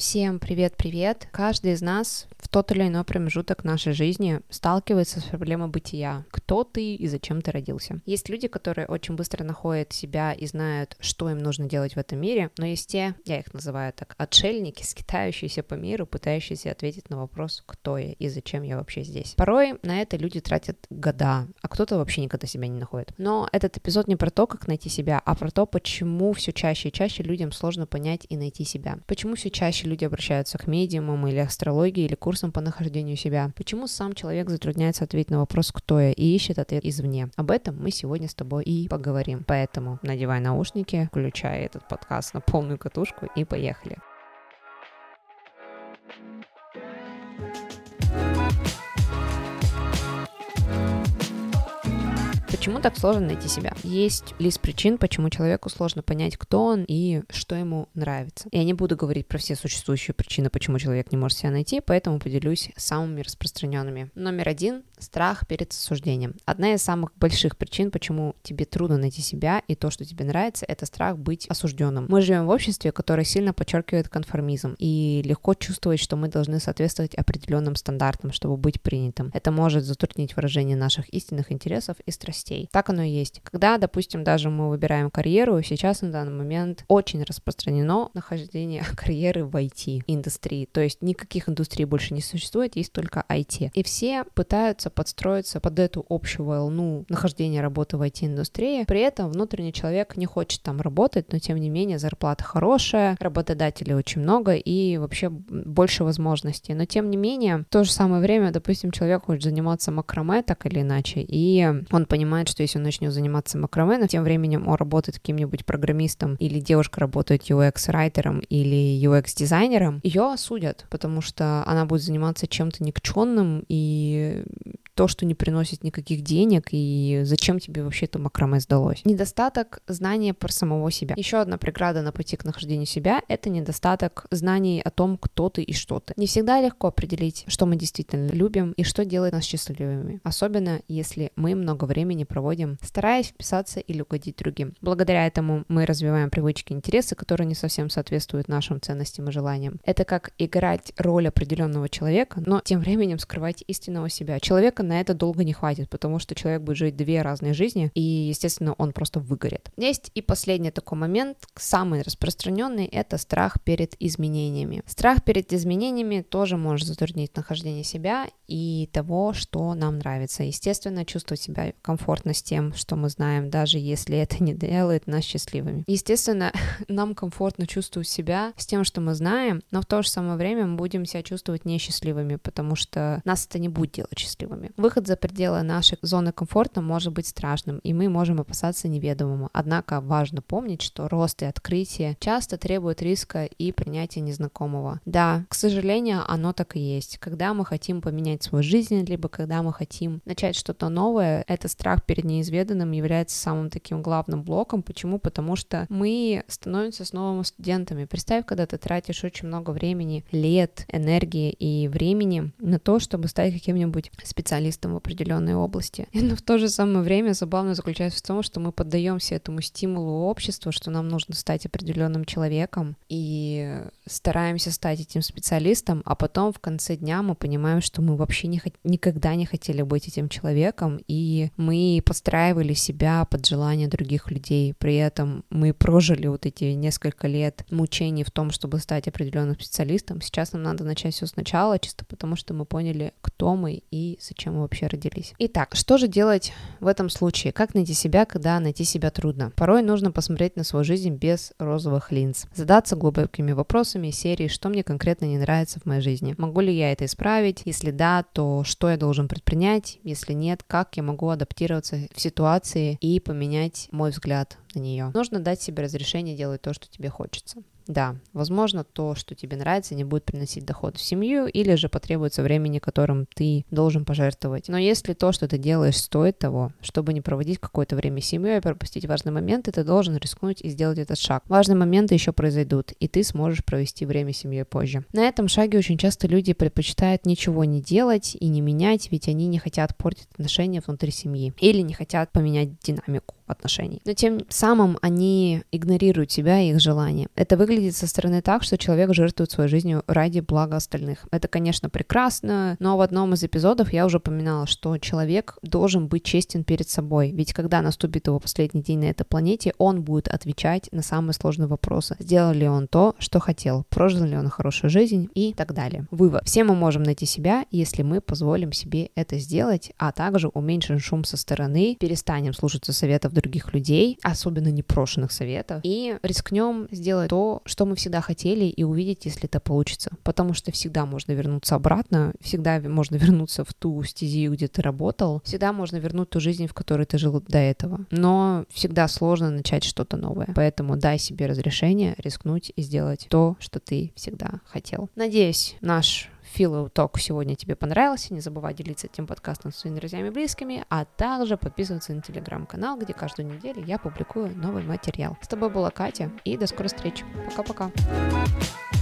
Всем привет-привет! Каждый из нас в тот или иной промежуток нашей жизни сталкивается с проблемой бытия. Кто ты и зачем ты родился? Есть люди, которые очень быстро находят себя и знают, что им нужно делать в этом мире, но есть те, я их называю так, отшельники, скитающиеся по миру, пытающиеся ответить на вопрос, кто я и зачем я вообще здесь. Порой на это люди тратят года, а кто-то вообще никогда себя не находит. Но этот эпизод не про то, как найти себя, а про то, почему все чаще и чаще людям сложно понять и найти себя. Почему все чаще люди обращаются к медиумам или астрологии, или курсам по нахождению себя. Почему сам человек затрудняется ответить на вопрос «кто я?» и ищет ответ извне. Об этом мы сегодня с тобой и поговорим. Поэтому надевай наушники, включай этот подкаст на полную катушку и поехали. Почему так сложно найти себя? Есть лист причин, почему человеку сложно понять, кто он и что ему нравится. Я не буду говорить про все существующие причины, почему человек не может себя найти, поэтому поделюсь самыми распространенными. Номер 1 – страх перед осуждением. Одна из самых больших причин, почему тебе трудно найти себя и то, что тебе нравится, это страх быть осужденным. Мы живем в обществе, которое сильно подчеркивает конформизм, и легко чувствовать, что мы должны соответствовать определенным стандартам, чтобы быть принятым. Это может затруднить выражение наших истинных интересов и страстей. Так оно и есть. Когда, допустим, даже мы выбираем карьеру, сейчас на данный момент очень распространено нахождение карьеры в IT-индустрии. То есть никаких индустрий больше не существует, есть только IT. И все пытаются подстроиться под эту общую волну нахождения работы в IT-индустрии. При этом внутренний человек не хочет там работать, но тем не менее зарплата хорошая, работодателей очень много и вообще больше возможностей. Но тем не менее, в то же самое время, допустим, человек хочет заниматься макраме так или иначе, и он понимает, что если он начнет заниматься макраме, но тем временем он работает каким-нибудь программистом или девушка работает UX-райтером или UX-дизайнером, ее осудят, потому что она будет заниматься чем-то никчемным и то, что не приносит никаких денег, и зачем тебе вообще это макраме сдалось. Недостаток знания про самого себя. Еще одна преграда на пути к нахождению себя — это недостаток знаний о том, кто ты и что ты. Не всегда легко определить, что мы действительно любим и что делает нас счастливыми, особенно если мы много времени проводим, стараясь вписаться или угодить другим. Благодаря этому мы развиваем привычки и интересы, которые не совсем соответствуют нашим ценностям и желаниям. Это как играть роль определенного человека, но тем временем скрывать истинного себя. Человека на это долго не хватит, потому что человек будет жить две разные жизни, и, естественно, он просто выгорит. Есть и последний такой момент, самый распространенный, это страх перед изменениями. Страх перед изменениями тоже может затруднить нахождение себя и того, что нам нравится. Естественно, чувствовать себя комфортно с тем, что мы знаем, даже если это не делает нас счастливыми. Естественно, нам комфортно чувствовать себя с тем, что мы знаем, но в то же самое время мы будем себя чувствовать несчастливыми, потому что нас это не будет делать счастливыми. Выход за пределы нашей зоны комфорта может быть страшным, и мы можем опасаться неведомого. Однако важно помнить, что рост и открытие часто требуют риска и принятия незнакомого. Да, к сожалению, оно так и есть. Когда мы хотим поменять свою жизнь, либо когда мы хотим начать что-то новое, это страх перед неизведанным является самым таким главным блоком. Почему? Потому что мы становимся снова студентами. Представь, когда ты тратишь очень много времени, лет, энергии и времени на то, чтобы стать каким-нибудь специалистом в определенной области. Но в то же самое время забавно заключается в том, что мы поддаемся этому стимулу общества, что нам нужно стать определенным человеком и стараемся стать этим специалистом, а потом в конце дня мы понимаем, что мы вообще никогда не хотели быть этим человеком, и мы подстраивали себя под желания других людей. При этом мы прожили вот эти несколько лет мучений в том, чтобы стать определенным специалистом. Сейчас нам надо начать все сначала, чисто потому что мы поняли, кто мы и зачем мы вообще родились. Итак, что же делать в этом случае? Как найти себя, когда найти себя трудно? Порой нужно посмотреть на свою жизнь без розовых линз. Задаться глубокими вопросами серии, что мне конкретно не нравится в моей жизни. Могу ли я это исправить? Если да, то что я должен предпринять? Если нет, как я могу адаптироваться в ситуации и поменять мой взгляд на нее? Нужно дать себе разрешение делать то, что тебе хочется. Да, возможно, то, что тебе нравится, не будет приносить доход в семью или же потребуется времени, которым ты должен пожертвовать. Но если то, что ты делаешь, стоит того, чтобы не проводить какое-то время с семьей и пропустить важные моменты, ты должен рискнуть и сделать этот шаг. Важные моменты еще произойдут, и ты сможешь провести время с семьей позже. На этом шаге очень часто люди предпочитают ничего не делать и не менять, ведь они не хотят портить отношения внутри семьи или не хотят поменять динамику. отношений. Но тем самым они игнорируют себя и их желания. Это выглядит со стороны так, что человек жертвует своей жизнью ради блага остальных. Это, конечно, прекрасно, но в одном из эпизодов я уже упоминала, что человек должен быть честен перед собой, ведь когда наступит его последний день на этой планете, он будет отвечать на самые сложные вопросы. Сделал ли он то, что хотел, прожил ли он хорошую жизнь и так далее. Вывод. Все мы можем найти себя, если мы позволим себе это сделать, а также уменьшим шум со стороны, перестанем слушаться советов других людей, особенно непрошенных советов, и рискнем сделать то, что мы всегда хотели, и увидеть, если это получится. Потому что всегда можно вернуться обратно, всегда можно вернуться в ту стезию, где ты работал, всегда можно вернуть ту жизнь, в которой ты жил до этого. Но всегда сложно начать что-то новое. Поэтому дай себе разрешение рискнуть и сделать то, что ты всегда хотел. Надеюсь, наш Philo Talk сегодня тебе понравился. Не забывай делиться этим подкастом с своими друзьями и близкими, а также подписываться на телеграм-канал, где каждую неделю я публикую новый материал. С тобой была Катя, и до скорой встречи. Пока-пока.